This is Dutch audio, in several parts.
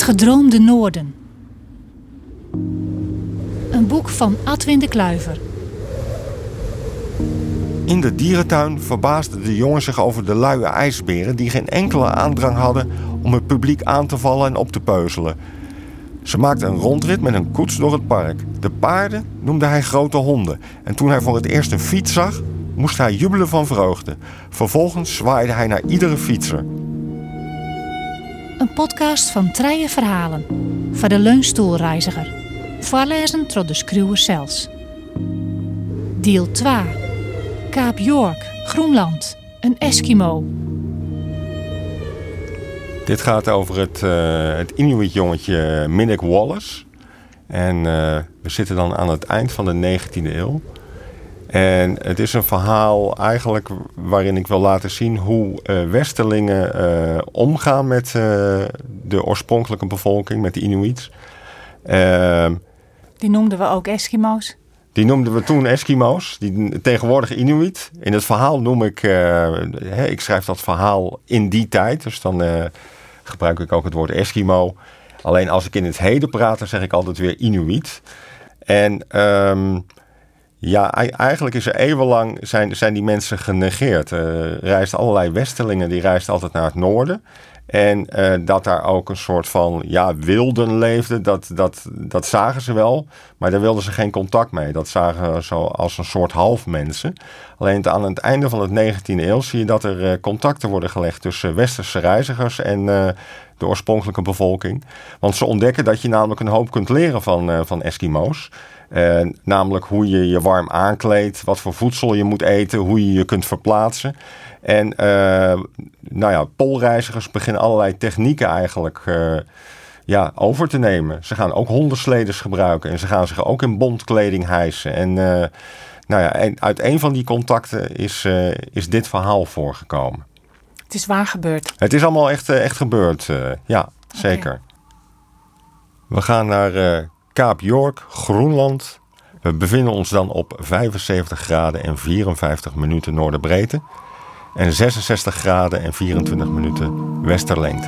gedroomde Noorden. Een boek van Adwin de Kluiver. In de dierentuin verbaasden de jongen zich over de luie ijsberen die geen enkele aandrang hadden om het publiek aan te vallen en op te peuzelen. Ze maakten een rondrit met een koets door het park. De paarden noemde hij grote honden. En toen hij voor het eerst een fiets zag, moest hij jubelen van vreugde. Vervolgens zwaaide hij naar iedere fietser. Een podcast van Treije Verhalen. Voor de leunstoelreiziger. Voorlezen door de Skriuwer zelfs. Deel 2. Kaap York, Groenland. Een Eskimo. Dit gaat over het Inuit-jongetje Minik Wallace. En we zitten dan aan het eind van de 19e eeuw. En het is een verhaal eigenlijk waarin ik wil laten zien hoe westerlingen omgaan met de oorspronkelijke bevolking, met de Inuits. Die noemden we ook Eskimo's. Die noemden we toen Eskimo's, tegenwoordig Inuit. In het verhaal noem ik schrijf dat verhaal in die tijd, dus dan gebruik ik ook het woord Eskimo. Alleen als ik in het heden praat, dan zeg ik altijd weer Inuit. En eigenlijk is er eeuwenlang zijn die mensen genegeerd. Reist allerlei westerlingen, die reisden altijd naar het noorden. En dat daar ook een soort van wilden leefden, dat zagen ze wel. Maar daar wilden ze geen contact mee. Dat zagen ze als een soort halfmensen. Alleen aan het einde van de 19e eeuw zie je dat er contacten worden gelegd tussen westerse reizigers en de oorspronkelijke bevolking. Want ze ontdekken dat je namelijk een hoop kunt leren van Eskimo's. Namelijk hoe je je warm aankleedt, wat voor voedsel je moet eten, hoe je je kunt verplaatsen. En poolreizigers beginnen allerlei technieken eigenlijk over te nemen. Ze gaan ook hondensleders gebruiken en ze gaan zich ook in bontkleding hijsen. En uit een van die contacten is dit verhaal voorgekomen. Het is waar gebeurd. Het is allemaal echt gebeurd, zeker. Okay. We gaan naar Kaap York, Groenland. We bevinden ons dan op 75 graden en 54 minuten noorderbreedte. En 66 graden en 24 minuten westerlengte.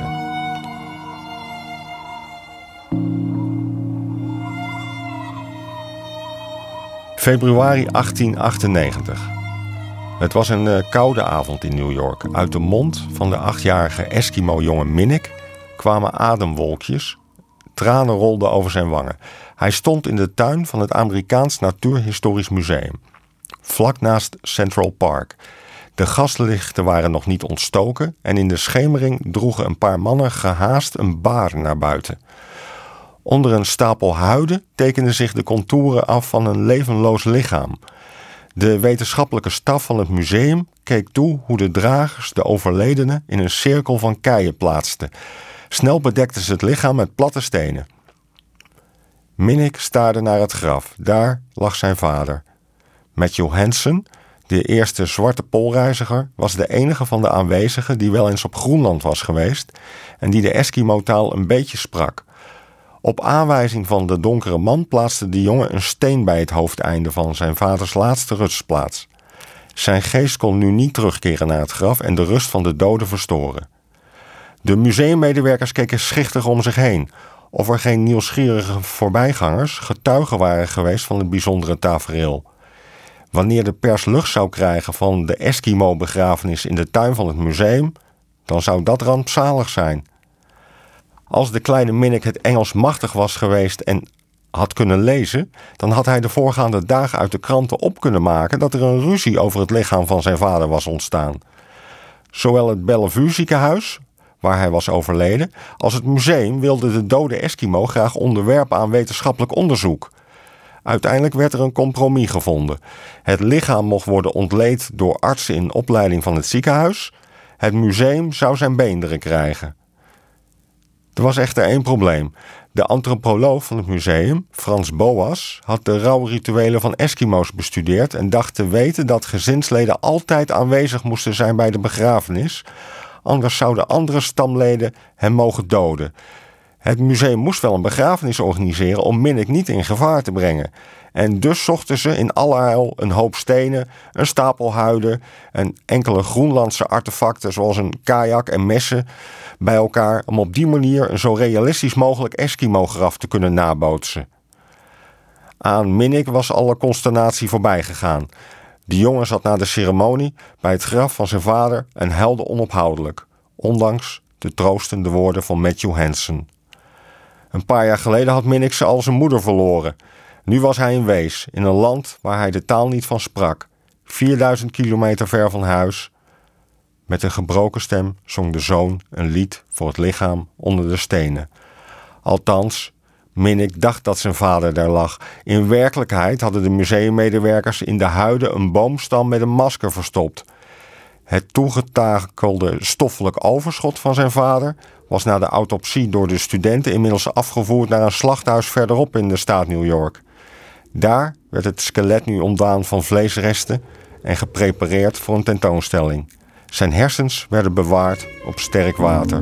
Februari 1898. Het was een koude avond in New York. Uit de mond van de 8-jarige Eskimo-jongen Minik kwamen ademwolkjes. Tranen rolden over zijn wangen. Hij stond in de tuin van het Amerikaans Natuurhistorisch Museum. Vlak naast Central Park. De gaslichten waren nog niet ontstoken en in de schemering droegen een paar mannen gehaast een baar naar buiten. Onder een stapel huiden tekenden zich de contouren af van een levenloos lichaam. De wetenschappelijke staf van het museum keek toe hoe de dragers de overledene in een cirkel van keien plaatsten. Snel bedekten ze het lichaam met platte stenen. Minik staarde naar het graf. Daar lag zijn vader. Matthew Hansen, de eerste zwarte poolreiziger, was de enige van de aanwezigen die wel eens op Groenland was geweest en die de Eskimo-taal een beetje sprak. Op aanwijzing van de donkere man plaatste de jongen een steen bij het hoofdeinde van zijn vaders laatste rustplaats. Zijn geest kon nu niet terugkeren naar het graf en de rust van de doden verstoren. De museummedewerkers keken schichtig om zich heen, of er geen nieuwsgierige voorbijgangers getuigen waren geweest van het bijzondere tafereel. Wanneer de pers lucht zou krijgen van de Eskimo-begrafenis in de tuin van het museum, dan zou dat rampzalig zijn. Als de kleine Minik het Engels machtig was geweest en had kunnen lezen, dan had hij de voorgaande dagen uit de kranten op kunnen maken dat er een ruzie over het lichaam van zijn vader was ontstaan. Zowel het Bellevue ziekenhuis, waar hij was overleden, als het museum wilden de dode Eskimo graag onderwerpen aan wetenschappelijk onderzoek. Uiteindelijk werd er een compromis gevonden. Het lichaam mocht worden ontleed door artsen in opleiding van het ziekenhuis. Het museum zou zijn beenderen krijgen. Er was echter één probleem. De antropoloog van het museum, Frans Boas, had de rouwrituelen van Eskimo's bestudeerd en dacht te weten dat gezinsleden altijd aanwezig moesten zijn bij de begrafenis. Anders zouden andere stamleden hem mogen doden. Het museum moest wel een begrafenis organiseren om Minik niet in gevaar te brengen. En dus zochten ze in allerijl een hoop stenen, een stapel huiden en enkele Groenlandse artefacten zoals een kajak en messen bij elkaar om op die manier een zo realistisch mogelijk Eskimo-graf te kunnen nabootsen. Aan Minnick was alle consternatie voorbij gegaan. De jongen zat na de ceremonie bij het graf van zijn vader en huilde onophoudelijk, ondanks de troostende woorden van Matthew Hansen. Een paar jaar geleden had Minnick ze al zijn moeder verloren. Nu was hij een wees in een land waar hij de taal niet van sprak, 4000 kilometer ver van huis. Met een gebroken stem zong de zoon een lied voor het lichaam onder de stenen. Althans, Minnick dacht dat zijn vader daar lag. In werkelijkheid hadden de museummedewerkers in de huiden een boomstam met een masker verstopt. Het toegetakelde stoffelijk overschot van zijn vader was na de autopsie door de studenten inmiddels afgevoerd naar een slachthuis verderop in de staat New York. Daar werd het skelet nu ontdaan van vleesresten en geprepareerd voor een tentoonstelling. Zijn hersens werden bewaard op sterk water.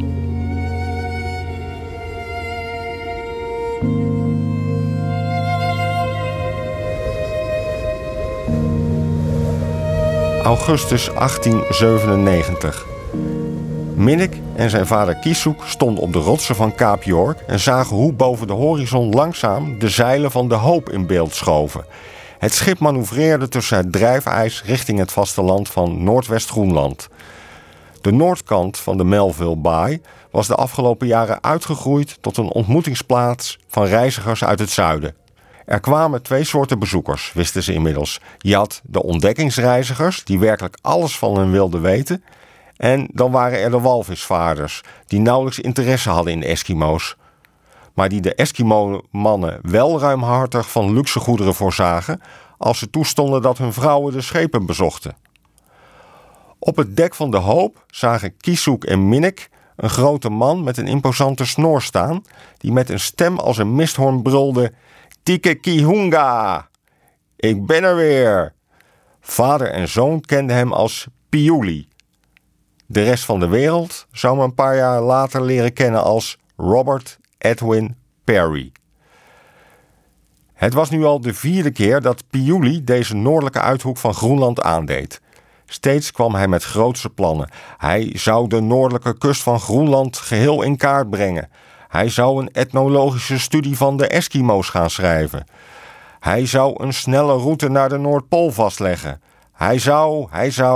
Augustus 1897. Minnick en zijn vader Kisuk stonden op de rotsen van Kaap York en zagen hoe boven de horizon langzaam de zeilen van de Hoop in beeld schoven. Het schip manoeuvreerde tussen het drijfijs richting het vasteland van Noordwest-Groenland. De noordkant van de Melville Baai was de afgelopen jaren uitgegroeid tot een ontmoetingsplaats van reizigers uit het zuiden. Er kwamen 2 soorten bezoekers, wisten ze inmiddels. Je had de ontdekkingsreizigers, die werkelijk alles van hun wilden weten. En dan waren er de walvisvaarders, die nauwelijks interesse hadden in de Eskimo's. Maar die de Eskimo-mannen wel ruimhartig van luxe goederen voorzagen als ze toestonden dat hun vrouwen de schepen bezochten. Op het dek van de Hoop zagen Kisuk en Minnick een grote man met een imposante snor staan, die met een stem als een misthoorn brulde: "Tike Kihunga! Ik ben er weer!" Vader en zoon kenden hem als Piuli. De rest van de wereld zou hem een paar jaar later leren kennen als Robert Edwin Perry. Het was nu al de 4e keer dat Piuli deze noordelijke uithoek van Groenland aandeed. Steeds kwam hij met grootse plannen. Hij zou de noordelijke kust van Groenland geheel in kaart brengen. Hij zou een etnologische studie van de Eskimo's gaan schrijven. Hij zou een snelle route naar de Noordpool vastleggen. Hij zou.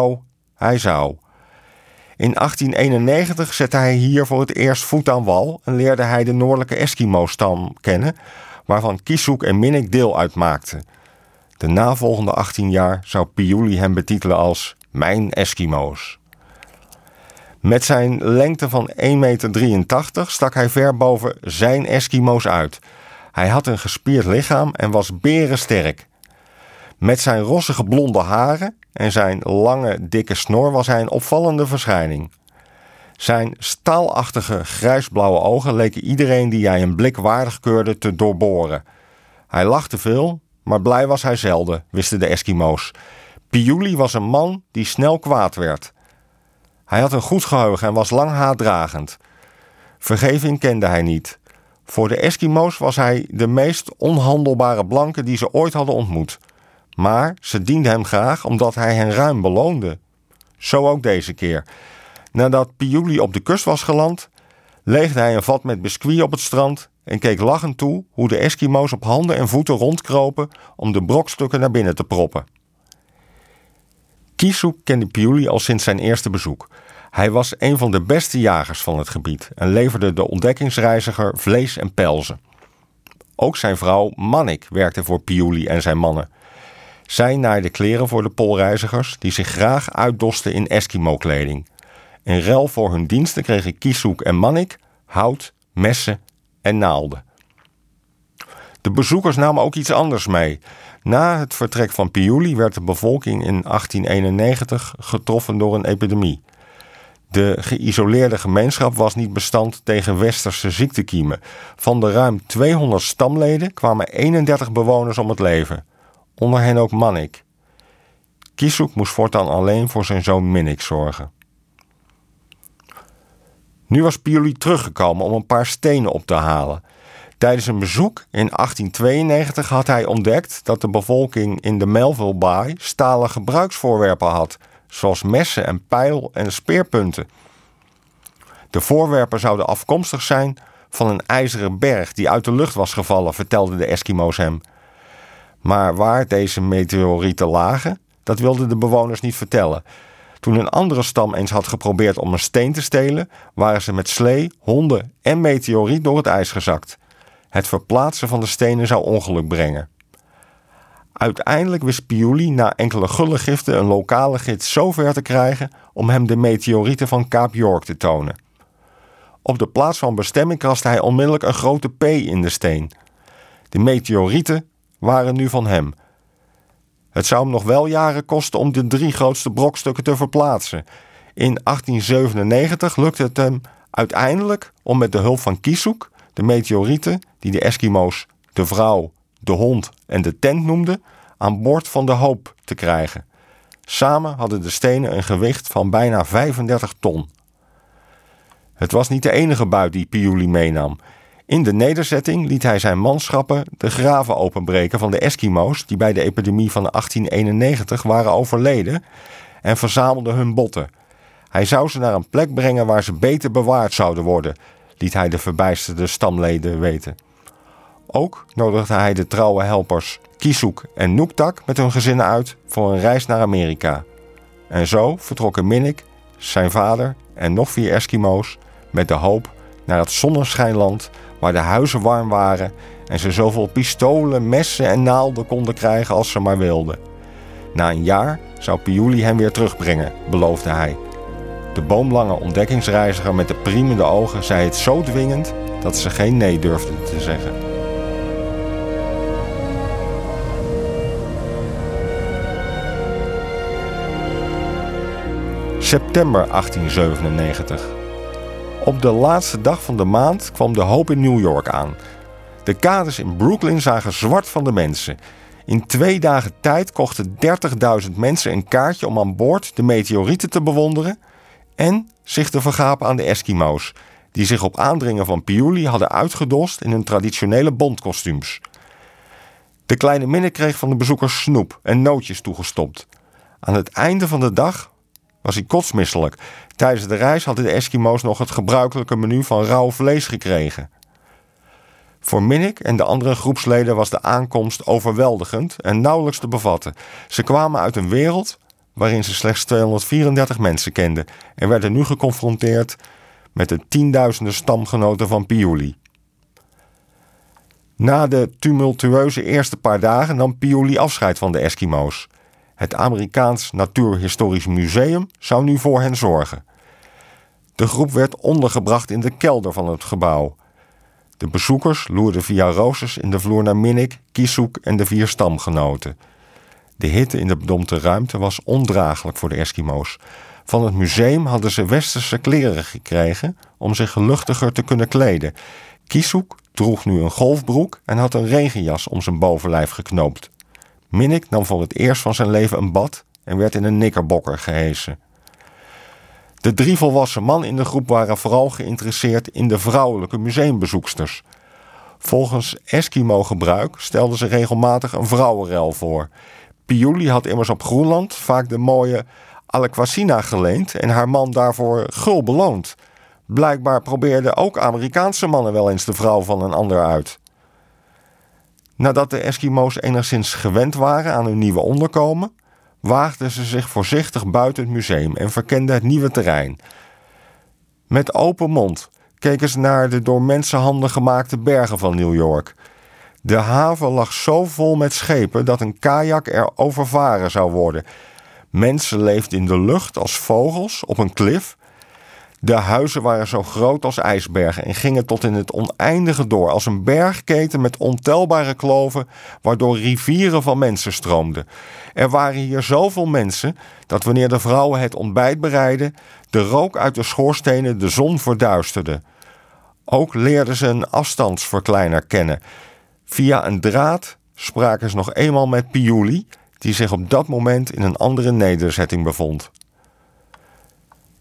In 1891 zette hij hier voor het eerst voet aan wal en leerde hij de noordelijke Eskimo-stam kennen, waarvan Kisuk en Minnick deel uitmaakten. De navolgende 18 jaar zou Piuli hem betitelen als mijn Eskimo's. Met zijn lengte van 1,83 meter stak hij ver boven zijn Eskimo's uit. Hij had een gespierd lichaam en was berensterk. Met zijn rossige blonde haren en zijn lange, dikke snor was hij een opvallende verschijning. Zijn staalachtige grijsblauwe ogen leken iedereen die hij een blik waardig keurde te doorboren. Hij lachte veel, maar blij was hij zelden, wisten de Eskimo's. Piuli was een man die snel kwaad werd. Hij had een goed geheugen en was lang haatdragend. Vergeving kende hij niet. Voor de Eskimo's was hij de meest onhandelbare blanke die ze ooit hadden ontmoet. Maar ze dienden hem graag omdat hij hen ruim beloonde. Zo ook deze keer. Nadat Piuli op de kust was geland, leegde hij een vat met biscuit op het strand en keek lachend toe hoe de Eskimo's op handen en voeten rondkropen om de brokstukken naar binnen te proppen. Kisuk kende Piuli al sinds zijn eerste bezoek. Hij was een van de beste jagers van het gebied en leverde de ontdekkingsreiziger vlees en pelzen. Ook zijn vrouw Mannick werkte voor Piuli en zijn mannen. Zij naaide kleren voor de poolreizigers die zich graag uitdosten in Eskimo-kleding. In ruil voor hun diensten kregen Kisuk en Mannick hout, messen en naalden. De bezoekers namen ook iets anders mee. Na het vertrek van Piuli werd de bevolking in 1891 getroffen door een epidemie. De geïsoleerde gemeenschap was niet bestand tegen westerse ziektekiemen. Van de ruim 200 stamleden kwamen 31 bewoners om het leven. Onder hen ook Mannick. Kisuk moest voortaan alleen voor zijn zoon Minnick zorgen. Nu was Piuli teruggekomen om een paar stenen op te halen. Tijdens een bezoek in 1892 had hij ontdekt dat de bevolking in de Melville Baai stalen gebruiksvoorwerpen had, zoals messen en pijl- en speerpunten. De voorwerpen zouden afkomstig zijn van een ijzeren berg die uit de lucht was gevallen, vertelden de Eskimo's hem. Maar waar deze meteorieten lagen, dat wilden de bewoners niet vertellen. Toen een andere stam eens had geprobeerd om een steen te stelen, waren ze met slee, honden en meteoriet door het ijs gezakt. Het verplaatsen van de stenen zou ongeluk brengen. Uiteindelijk wist Piuli na enkele gullegiften een lokale gids zo ver te krijgen om hem de meteorieten van Kaap York te tonen. Op de plaats van bestemming kraste hij onmiddellijk een grote P in de steen. De meteorieten waren nu van hem. Het zou hem nog wel jaren kosten om de 3 grootste brokstukken te verplaatsen. In 1897 lukte het hem uiteindelijk om met de hulp van Kisuk de meteorieten, die de Eskimo's de vrouw, de hond en de tent noemden, aan boord van de Hope te krijgen. Samen hadden de stenen een gewicht van bijna 35 ton. Het was niet de enige buit die Piuli meenam. In de nederzetting liet hij zijn manschappen de graven openbreken van de Eskimo's die bij de epidemie van 1891 waren overleden en verzamelde hun botten. Hij zou ze naar een plek brengen waar ze beter bewaard zouden worden, liet hij de verbijsterde stamleden weten. Ook nodigde hij de trouwe helpers Kisuk en Nooktak met hun gezinnen uit voor een reis naar Amerika. En zo vertrokken Minnik, zijn vader en nog 4 Eskimo's met de hoop naar het zonneschijnland waar de huizen warm waren en ze zoveel pistolen, messen en naalden konden krijgen als ze maar wilden. Na een jaar zou Piuli hen weer terugbrengen, beloofde hij. De boomlange ontdekkingsreiziger met de priemende ogen zei het zo dwingend dat ze geen nee durfden te zeggen. September 1897. Op de laatste dag van de maand kwam de Hope in New York aan. De kades in Brooklyn zagen zwart van de mensen. In 2 dagen tijd kochten 30.000 mensen een kaartje om aan boord de meteorieten te bewonderen en zich te vergapen aan de Eskimo's, die zich op aandringen van Piuli hadden uitgedost in hun traditionele bondkostuums. De kleine Minnik kreeg van de bezoekers snoep en nootjes toegestopt. Aan het einde van de dag was hij kotsmisselijk. Tijdens de reis hadden de Eskimo's nog het gebruikelijke menu van rauw vlees gekregen. Voor Minnik en de andere groepsleden was de aankomst overweldigend en nauwelijks te bevatten. Ze kwamen uit een wereld waarin ze slechts 234 mensen kenden en werden nu geconfronteerd met de tienduizenden stamgenoten van Piuli. Na de tumultueuze eerste paar dagen nam Piuli afscheid van de Eskimo's. Het Amerikaans Natuurhistorisch Museum zou nu voor hen zorgen. De groep werd ondergebracht in de kelder van het gebouw. De bezoekers loerden via roosters in de vloer naar Minnik, Kisuk en de 4 stamgenoten. De hitte in de bedompte ruimte was ondraaglijk voor de Eskimo's. Van het museum hadden ze westerse kleren gekregen om zich luchtiger te kunnen kleden. Kisuk droeg nu een golfbroek en had een regenjas om zijn bovenlijf geknoopt. Minnik nam voor het eerst van zijn leven een bad en werd in een knikkerbokker gehesen. De 3 volwassen mannen in de groep waren vooral geïnteresseerd in de vrouwelijke museumbezoeksters. Volgens Eskimo-gebruik stelden ze regelmatig een vrouwenrel voor. Piuli had immers op Groenland vaak de mooie Alequasina geleend en haar man daarvoor gul beloond. Blijkbaar probeerden ook Amerikaanse mannen wel eens de vrouw van een ander uit. Nadat de Eskimo's enigszins gewend waren aan hun nieuwe onderkomen, waagden ze zich voorzichtig buiten het museum en verkenden het nieuwe terrein. Met open mond keken ze naar de door mensenhanden gemaakte bergen van New York. De haven lag zo vol met schepen dat een kajak er overvaren zou worden. Mensen leefden in de lucht als vogels op een klif. De huizen waren zo groot als ijsbergen en gingen tot in het oneindige door, als een bergketen met ontelbare kloven, waardoor rivieren van mensen stroomden. Er waren hier zoveel mensen dat wanneer de vrouwen het ontbijt bereidden, de rook uit de schoorstenen de zon verduisterde. Ook leerden ze een afstandsverkleiner kennen. Via een draad spraken ze nog eenmaal met Piuli, die zich op dat moment in een andere nederzetting bevond.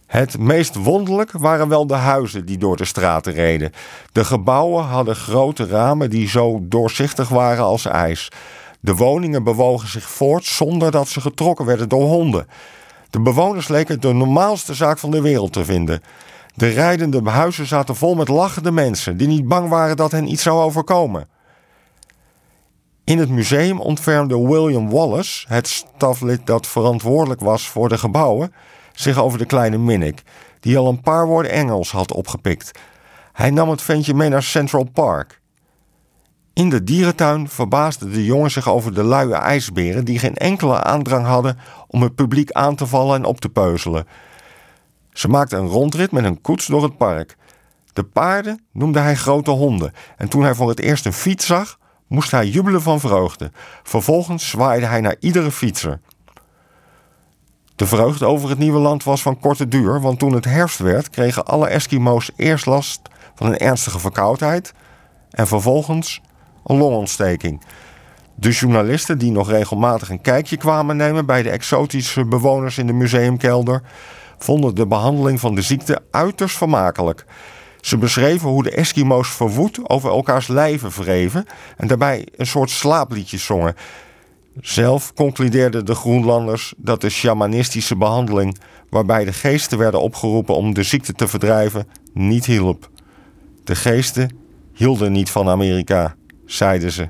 Het meest wonderlijk waren wel de huizen die door de straten reden. De gebouwen hadden grote ramen die zo doorzichtig waren als ijs. De woningen bewogen zich voort zonder dat ze getrokken werden door honden. De bewoners leken het de normaalste zaak van de wereld te vinden. De rijdende huizen zaten vol met lachende mensen die niet bang waren dat hen iets zou overkomen. In het museum ontfermde William Wallace, het staflid dat verantwoordelijk was voor de gebouwen, zich over de kleine Minnick, die al een paar woorden Engels had opgepikt. Hij nam het ventje mee naar Central Park. In de dierentuin verbaasde de jongen zich over de luie ijsberen die geen enkele aandrang hadden om het publiek aan te vallen en op te peuzelen. Ze maakten een rondrit met een koets door het park. De paarden noemde hij grote honden en toen hij voor het eerst een fiets zag, moest hij jubelen van vreugde. Vervolgens zwaaide hij naar iedere fietser. De vreugde over het nieuwe land was van korte duur, want toen het herfst werd, kregen alle Eskimo's eerst last van een ernstige verkoudheid en vervolgens een longontsteking. De journalisten die nog regelmatig een kijkje kwamen nemen bij de exotische bewoners in de museumkelder, vonden de behandeling van de ziekte uiterst vermakelijk. Ze beschreven hoe de Eskimo's verwoed over elkaars lijven wreven en daarbij een soort slaapliedjes zongen. Zelf concludeerden de Groenlanders dat de shamanistische behandeling, waarbij de geesten werden opgeroepen om de ziekte te verdrijven, niet hielp. De geesten hielden niet van Amerika, zeiden ze.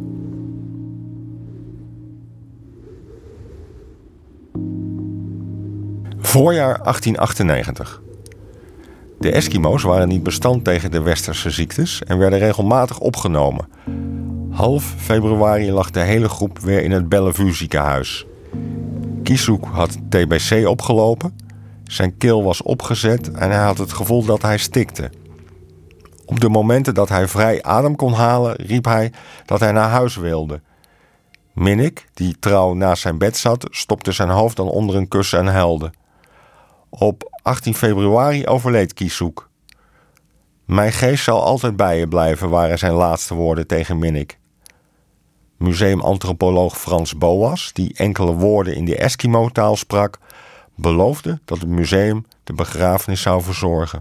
Voorjaar 1898. De Eskimo's waren niet bestand tegen de westerse ziektes en werden regelmatig opgenomen. Half februari lag de hele groep weer in het Bellevue ziekenhuis. Keeshoek had TBC opgelopen, zijn keel was opgezet en hij had het gevoel dat hij stikte. Op de momenten dat hij vrij adem kon halen, riep hij dat hij naar huis wilde. Minnick, die trouw naast zijn bed zat, stopte zijn hoofd dan onder een kussen en huilde. Op 18 februari overleed Keeshoek. Mijn geest zal altijd bij je blijven, waren zijn laatste woorden tegen Minnick. Museumantropoloog Frans Boas, die enkele woorden in de Eskimo-taal sprak, beloofde dat het museum de begrafenis zou verzorgen.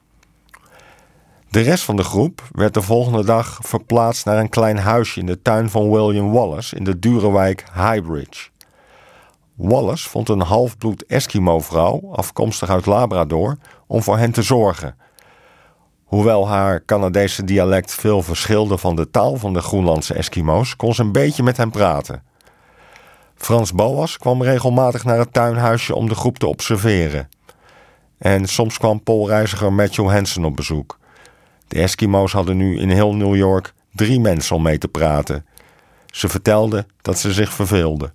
De rest van de groep werd de volgende dag verplaatst naar een klein huisje in de tuin van William Wallace in de dure wijk Highbridge. Wallace vond een halfbloed Eskimo-vrouw, afkomstig uit Labrador, om voor hen te zorgen. Hoewel haar Canadese dialect veel verschilde van de taal van de Groenlandse Eskimo's, kon ze een beetje met hen praten. Frans Boas kwam regelmatig naar het tuinhuisje om de groep te observeren. En soms kwam poolreiziger Matthew Hansen op bezoek. De Eskimo's hadden nu in heel New York 3 mensen om mee te praten. Ze vertelden dat ze zich verveelden.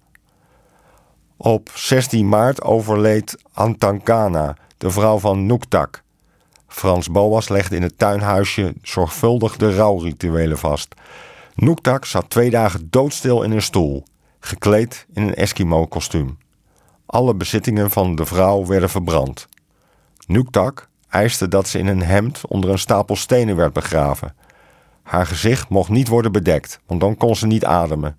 Op 16 maart overleed Antankana, de vrouw van Nooktak. Frans Boas legde in het tuinhuisje zorgvuldig de rouwrituelen vast. Nooktak zat 2 dagen doodstil in een stoel, gekleed in een Eskimo-kostuum. Alle bezittingen van de vrouw werden verbrand. Nooktak eiste dat ze in een hemd onder een stapel stenen werd begraven. Haar gezicht mocht niet worden bedekt, want dan kon ze niet ademen.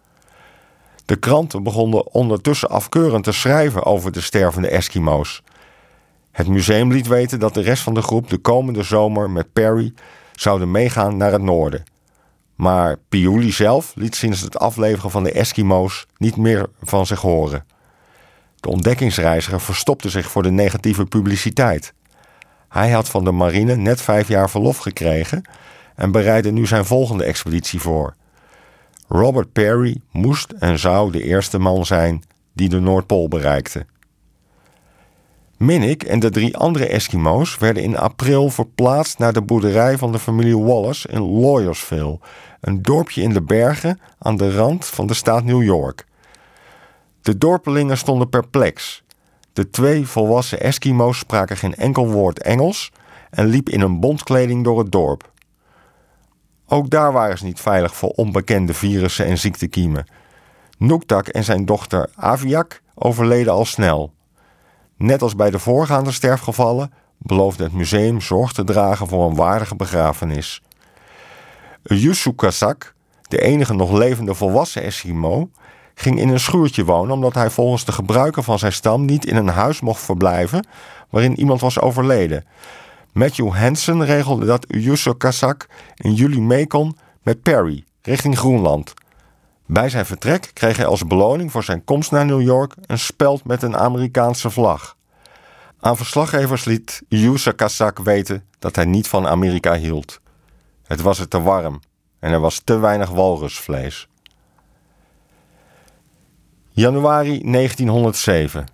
De kranten begonnen ondertussen afkeurend te schrijven over de stervende Eskimo's. Het museum liet weten dat de rest van de groep de komende zomer met Perry zouden meegaan naar het noorden. Maar Piuli zelf liet sinds het afleveren van de Eskimo's niet meer van zich horen. De ontdekkingsreiziger verstopte zich voor de negatieve publiciteit. Hij had van de marine net 5 jaar verlof gekregen en bereidde nu zijn volgende expeditie voor. Robert Peary moest en zou de eerste man zijn die de Noordpool bereikte. Minnick en de 3 andere Eskimo's werden in april verplaatst naar de boerderij van de familie Wallace in Lawyerville, een dorpje in de bergen aan de rand van de staat New York. De dorpelingen stonden perplex. De 2 volwassen Eskimo's spraken geen enkel woord Engels en liepen in een bontkleding door het dorp. Ook daar waren ze niet veilig voor onbekende virussen en ziektekiemen. Nooktak en zijn dochter Aviak overleden al snel. Net als bij de voorgaande sterfgevallen beloofde het museum zorg te dragen voor een waardige begrafenis. Yusukasak, de enige nog levende volwassen Eskimo, ging in een schuurtje wonen omdat hij volgens de gebruiken van zijn stam niet in een huis mocht verblijven waarin iemand was overleden. Matthew Hansen regelde dat Uyuso-Kazak in juli mee kon met Perry richting Groenland. Bij zijn vertrek kreeg hij als beloning voor zijn komst naar New York een speld met een Amerikaanse vlag. Aan verslaggevers liet Uyuso-Kazak weten dat hij niet van Amerika hield. Het was er te warm en er was te weinig walrusvlees. Januari 1907.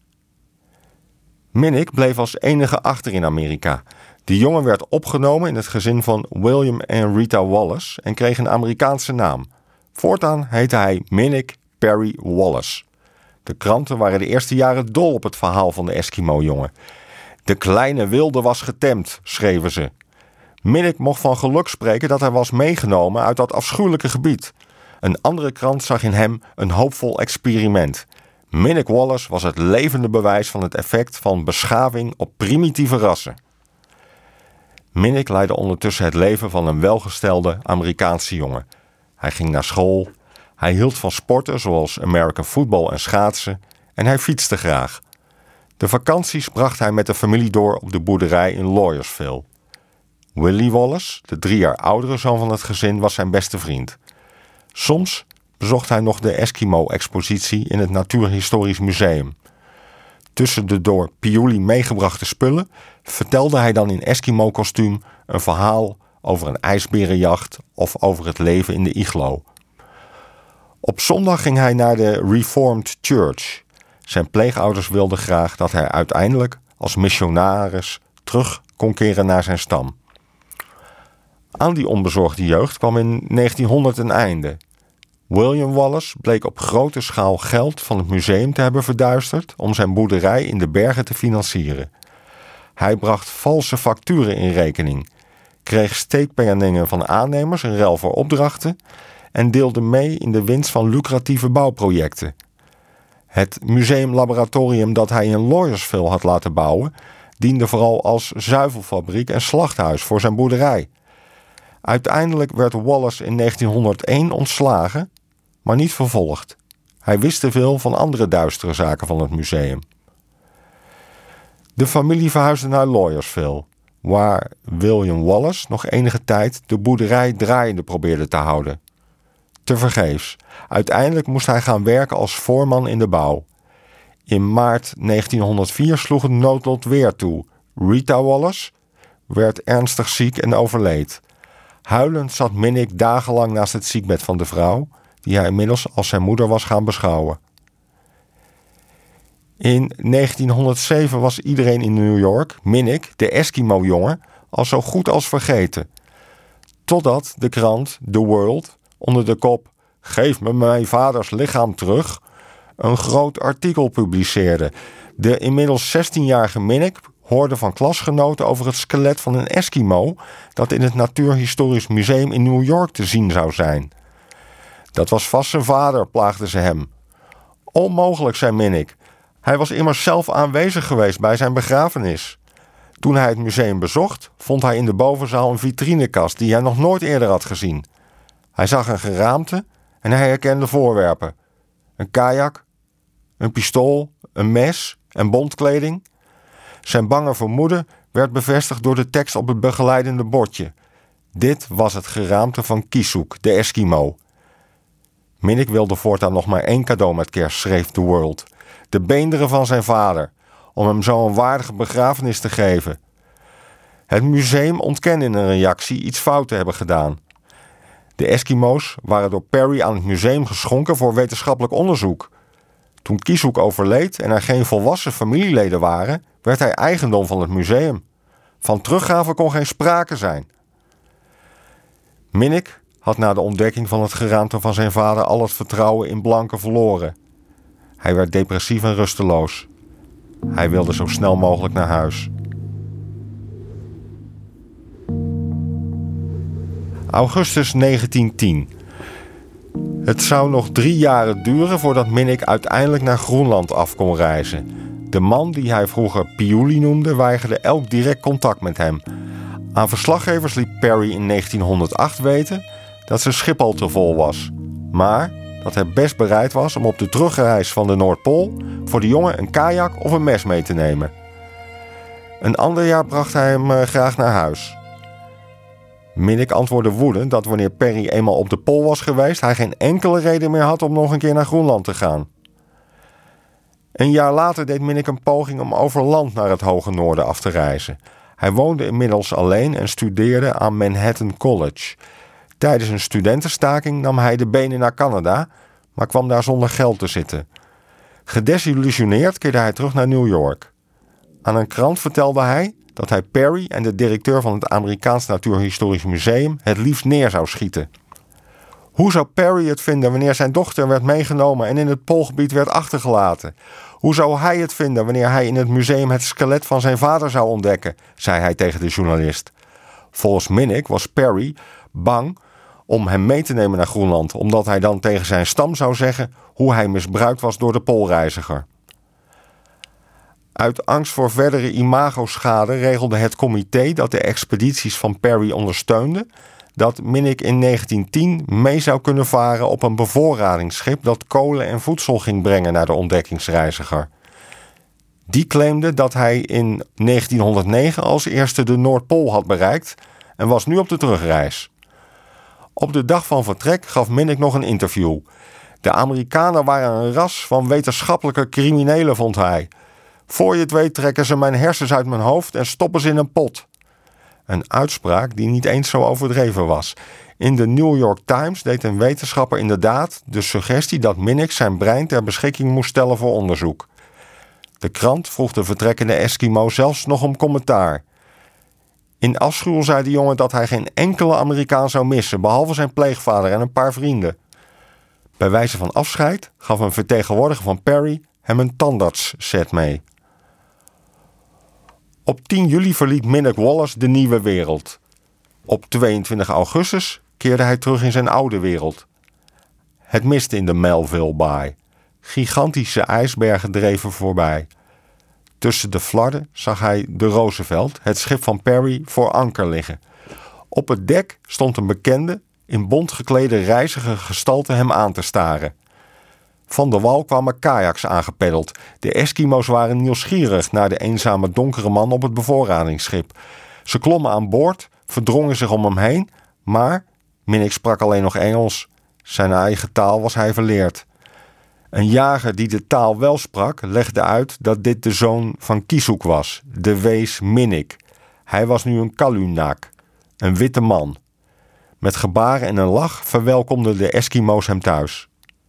Minnick bleef als enige achter in Amerika. De jongen werd opgenomen in het gezin van William en Rita Wallace en kreeg een Amerikaanse naam. Voortaan heette hij Minnick Perry Wallace. De kranten waren de eerste jaren dol op het verhaal van de Eskimo-jongen. De kleine wilde was getemd, schreven ze. Minnick mocht van geluk spreken dat hij was meegenomen uit dat afschuwelijke gebied. Een andere krant zag in hem een hoopvol experiment. Minnick Wallace was het levende bewijs van het effect van beschaving op primitieve rassen. Minnick leidde ondertussen het leven van een welgestelde Amerikaanse jongen. Hij ging naar school, hij hield van sporten zoals American football en schaatsen en hij fietste graag. De vakanties bracht hij met de familie door op de boerderij in Lawyerville. Willie Wallace, de 3 jaar oudere zoon van het gezin, was zijn beste vriend. Soms bezocht hij nog de Eskimo-expositie in het Natuurhistorisch Museum. Tussen de door Piuli meegebrachte spullen vertelde hij dan in Eskimo-kostuum een verhaal over een ijsberenjacht of over het leven in de iglo. Op zondag ging hij naar de Reformed Church. Zijn pleegouders wilden graag dat hij uiteindelijk als missionaris terug kon keren naar zijn stam. Aan die onbezorgde jeugd kwam in 1900 een einde. William Wallace bleek op grote schaal geld van het museum te hebben verduisterd om zijn boerderij in de bergen te financieren. Hij bracht valse facturen in rekening, kreeg steekpenningen van aannemers in ruil voor opdrachten en deelde mee in de winst van lucratieve bouwprojecten. Het museumlaboratorium dat hij in Lawyerville had laten bouwen diende vooral als zuivelfabriek en slachthuis voor zijn boerderij. Uiteindelijk werd Wallace in 1901 ontslagen, maar niet vervolgd. Hij wist te veel van andere duistere zaken van het museum. De familie verhuisde naar Lawyerville, waar William Wallace nog enige tijd de boerderij draaiende probeerde te houden. Tevergeefs. Uiteindelijk moest hij gaan werken als voorman in de bouw. In maart 1904 sloeg het noodlot weer toe. Rita Wallace werd ernstig ziek en overleed. Huilend zat Minnick dagenlang naast het ziekbed van de vrouw, die hij inmiddels als zijn moeder was gaan beschouwen. In 1907 was iedereen in New York, Minnick, de Eskimo-jongen, al zo goed als vergeten. Totdat de krant The World onder de kop "Geef me mijn vaders lichaam terug" een groot artikel publiceerde. De inmiddels 16-jarige Minnick hoorde van klasgenoten over het skelet van een Eskimo dat in het Natuurhistorisch Museum in New York te zien zou zijn. Dat was vast zijn vader, plaagden ze hem. Onmogelijk, zei Minnick. Hij was immers zelf aanwezig geweest bij zijn begrafenis. Toen hij het museum bezocht, vond hij in de bovenzaal een vitrinekast die hij nog nooit eerder had gezien. Hij zag een geraamte en hij herkende voorwerpen. Een kajak, een pistool, een mes en bondkleding. Zijn bange vermoeden werd bevestigd door de tekst op het begeleidende bordje. Dit was het geraamte van Kisuk, de Eskimo. Minnick wilde voortaan nog maar 1 cadeau met kerst, schreef The World. De beenderen van zijn vader, om hem zo een waardige begrafenis te geven. Het museum ontkende in een reactie iets fout te hebben gedaan. De Eskimo's waren door Perry aan het museum geschonken voor wetenschappelijk onderzoek. Toen Kisuk overleed en er geen volwassen familieleden waren, werd hij eigendom van het museum. Van teruggave kon geen sprake zijn. Minnick had na de ontdekking van het geraamte van zijn vader al het vertrouwen in blanken verloren. Hij werd depressief en rusteloos. Hij wilde zo snel mogelijk naar huis. Augustus 1910. Het zou nog 3 jaren duren voordat Minnick uiteindelijk naar Groenland af kon reizen. De man die hij vroeger Piuli noemde weigerde elk direct contact met hem. Aan verslaggevers liet Perry in 1908 weten dat zijn schip al te vol was. Maar dat hij best bereid was om op de terugreis van de Noordpool voor de jongen een kajak of een mes mee te nemen. Een ander jaar bracht hij hem graag naar huis. Minnick antwoordde woedend dat wanneer Perry eenmaal op de Pool was geweest, hij geen enkele reden meer had om nog een keer naar Groenland te gaan. Een jaar later deed Minnick een poging om over land naar het hoge noorden af te reizen. Hij woonde inmiddels alleen en studeerde aan Manhattan College. Tijdens een studentenstaking nam hij de benen naar Canada, maar kwam daar zonder geld te zitten. Gedesillusioneerd keerde hij terug naar New York. Aan een krant vertelde hij dat hij Perry en de directeur van het Amerikaans Natuurhistorisch Museum het liefst neer zou schieten. Hoe zou Perry het vinden wanneer zijn dochter werd meegenomen en in het Poolgebied werd achtergelaten? Hoe zou hij het vinden wanneer hij in het museum het skelet van zijn vader zou ontdekken, zei hij tegen de journalist. Volgens Minnick was Perry bang om hem mee te nemen naar Groenland, omdat hij dan tegen zijn stam zou zeggen hoe hij misbruikt was door de Poolreiziger. Uit angst voor verdere imagoschade regelde het comité dat de expedities van Perry ondersteunde dat Minnick in 1910 mee zou kunnen varen op een bevoorradingsschip dat kolen en voedsel ging brengen naar de ontdekkingsreiziger. Die claimde dat hij in 1909 als eerste de Noordpool had bereikt en was nu op de terugreis. Op de dag van vertrek gaf Minnick nog een interview. De Amerikanen waren een ras van wetenschappelijke criminelen, vond hij. Voor je het weet trekken ze mijn hersens uit mijn hoofd en stoppen ze in een pot. Een uitspraak die niet eens zo overdreven was. In de New York Times deed een wetenschapper inderdaad de suggestie dat Minnick zijn brein ter beschikking moest stellen voor onderzoek. De krant vroeg de vertrekkende Eskimo zelfs nog om commentaar. In afschuw zei de jongen dat hij geen enkele Amerikaan zou missen, behalve zijn pleegvader en een paar vrienden. Bij wijze van afscheid gaf een vertegenwoordiger van Perry hem een tandartsset mee. Op 10 juli verliet Minnick Wallace de nieuwe wereld. Op 22 augustus keerde hij terug in zijn oude wereld. Het mistte in de Melville Bay. Gigantische ijsbergen dreven voorbij. Tussen de flarden zag hij de Roosevelt, het schip van Perry, voor anker liggen. Op het dek stond een bekende, in bont geklede reiziger gestalte hem aan te staren. Van de wal kwamen kajaks aangepeddeld. De Eskimo's waren nieuwsgierig naar de eenzame donkere man op het bevoorradingsschip. Ze klommen aan boord, verdrongen zich om hem heen, maar Minnick sprak alleen nog Engels. Zijn eigen taal was hij verleerd. Een jager die de taal wel sprak, legde uit dat dit de zoon van Kieshoek was, de wees Minnick. Hij was nu een Kalunak, een witte man. Met gebaren en een lach verwelkomden de Eskimo's hem thuis.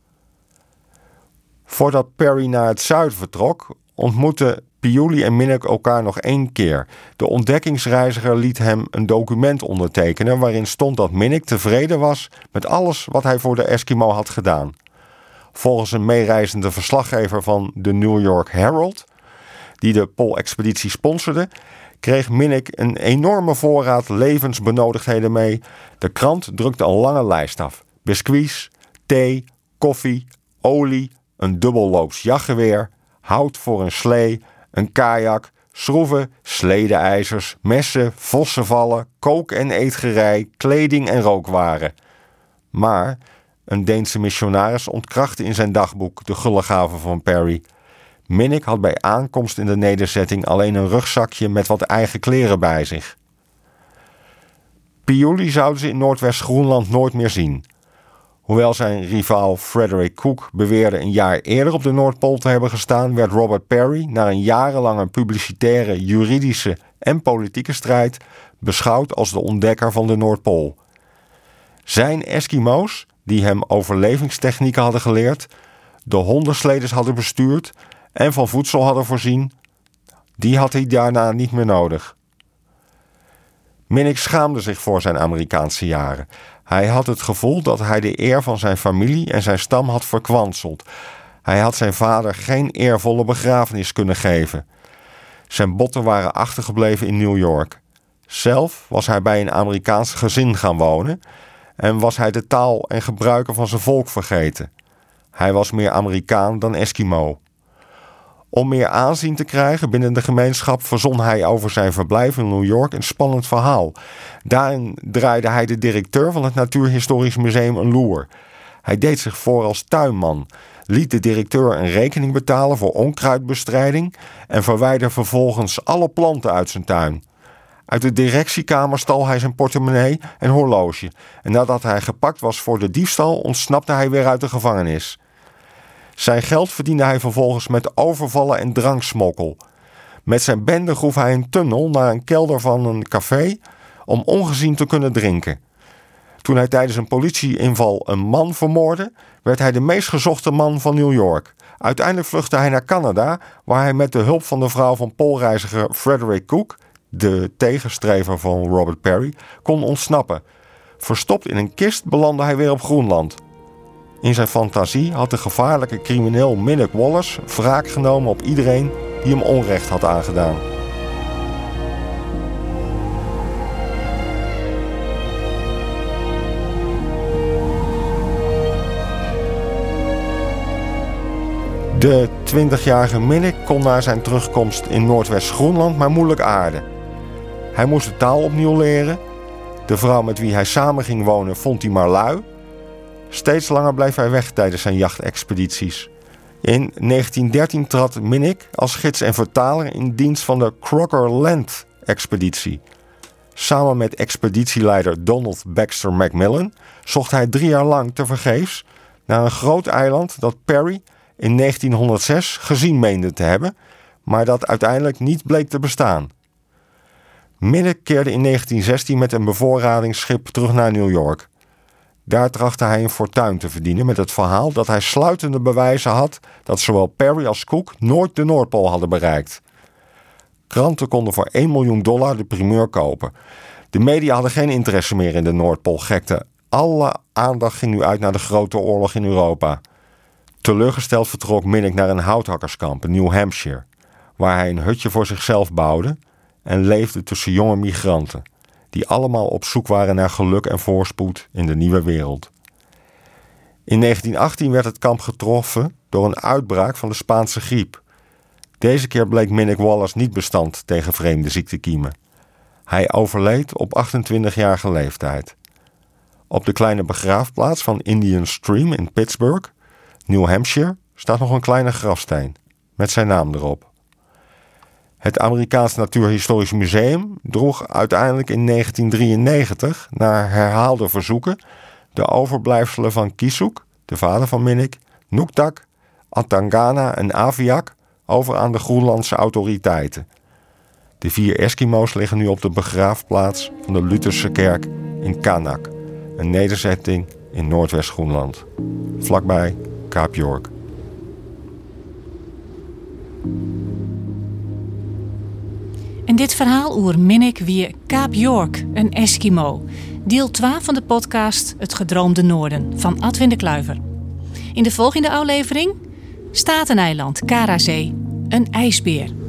Voordat Perry naar het zuiden vertrok, ontmoetten Piuli en Minnick elkaar nog 1 keer. De ontdekkingsreiziger liet hem een document ondertekenen waarin stond dat Minnick tevreden was met alles wat hij voor de Eskimo had gedaan. Volgens een meereizende verslaggever van de New York Herald, die de Poolexpeditie sponsorde, kreeg Minnick een enorme voorraad levensbenodigdheden mee. De krant drukte een lange lijst af. Biscuits, thee, koffie, olie, een dubbelloops jachtgeweer, hout voor een slee, een kajak, schroeven, sledeijzers, messen, vossenvallen, kook- en eetgerei, kleding en rookwaren. Maar een Deense missionaris ontkrachtte in zijn dagboek de gulle gave van Perry. Minnick had bij aankomst in de nederzetting alleen een rugzakje met wat eigen kleren bij zich. Piuli zouden ze in Noordwest-Groenland nooit meer zien. Hoewel zijn rivaal Frederick Cook beweerde een jaar eerder op de Noordpool te hebben gestaan, werd Robert Perry na een jarenlange publicitaire, juridische en politieke strijd beschouwd als de ontdekker van de Noordpool. Zijn Eskimo's, die hem overlevingstechnieken hadden geleerd, de hondensledes hadden bestuurd en van voedsel hadden voorzien, die had hij daarna niet meer nodig. Minnick schaamde zich voor zijn Amerikaanse jaren. Hij had het gevoel dat hij de eer van zijn familie en zijn stam had verkwanseld. Hij had zijn vader geen eervolle begrafenis kunnen geven. Zijn botten waren achtergebleven in New York. Zelf was hij bij een Amerikaans gezin gaan wonen en was hij de taal en gebruiken van zijn volk vergeten. Hij was meer Amerikaan dan Eskimo. Om meer aanzien te krijgen binnen de gemeenschap verzon hij over zijn verblijf in New York een spannend verhaal. Daarin draaide hij de directeur van het Natuurhistorisch Museum een loer. Hij deed zich voor als tuinman, liet de directeur een rekening betalen voor onkruidbestrijding en verwijderde vervolgens alle planten uit zijn tuin. Uit de directiekamer stal hij zijn portemonnee en horloge en nadat hij gepakt was voor de diefstal ontsnapte hij weer uit de gevangenis. Zijn geld verdiende hij vervolgens met overvallen en dranksmokkel. Met zijn bende groef hij een tunnel naar een kelder van een café om ongezien te kunnen drinken. Toen hij tijdens een politieinval een man vermoordde, werd hij de meest gezochte man van New York. Uiteindelijk vluchtte hij naar Canada, waar hij met de hulp van de vrouw van poolreiziger Frederick Cook, de tegenstrever van Robert Perry, kon ontsnappen. Verstopt in een kist belandde hij weer op Groenland. In zijn fantasie had de gevaarlijke crimineel Minnick Wallace wraak genomen op iedereen die hem onrecht had aangedaan. De 20-jarige Minnick kon na zijn terugkomst in Noordwest-Groenland maar moeilijk aarden. Hij moest de taal opnieuw leren. De vrouw met wie hij samen ging wonen vond hij maar lui. Steeds langer bleef hij weg tijdens zijn jachtexpedities. In 1913 trad Minnick als gids en vertaler in dienst van de Crocker Land-expeditie. Samen met expeditieleider Donald Baxter Macmillan zocht hij 3 jaar lang tevergeefs naar een groot eiland dat Perry in 1906 gezien meende te hebben, maar dat uiteindelijk niet bleek te bestaan. Minnick keerde in 1916 met een bevoorradingsschip terug naar New York. Daar trachtte hij een fortuin te verdienen met het verhaal dat hij sluitende bewijzen had dat zowel Perry als Cook nooit de Noordpool hadden bereikt. Kranten konden voor $1 miljoen de primeur kopen. De media hadden geen interesse meer in de Noordpoolgekte. Alle aandacht ging nu uit naar de grote oorlog in Europa. Teleurgesteld vertrok Minnick naar een houthakkerskamp in New Hampshire, waar hij een hutje voor zichzelf bouwde en leefde tussen jonge migranten, die allemaal op zoek waren naar geluk en voorspoed in de nieuwe wereld. In 1918 werd het kamp getroffen door een uitbraak van de Spaanse griep. Deze keer bleek Minnick Wallace niet bestand tegen vreemde ziektekiemen. Hij overleed op 28-jarige leeftijd. Op de kleine begraafplaats van Indian Stream in Pittsburgh, New Hampshire, staat nog een kleine grafsteen met zijn naam erop. Het Amerikaans Natuurhistorisch Museum droeg uiteindelijk in 1993, na herhaalde verzoeken, de overblijfselen van Kisuk, de vader van Minnick, Nuktak, Atangana en Aviak over aan de Groenlandse autoriteiten. De 4 Eskimo's liggen nu op de begraafplaats van de Lutherse kerk in Kanak, een nederzetting in Noordwest-Groenland, vlakbij Kaap York. En dit verhaal oer Minnick wie Kaap York, een Eskimo. Deel 12 van de podcast Het Gedroomde Noorden van Adwin de Kluiver. In de volgende aflevering Stateneiland, Karazee, een ijsbeer.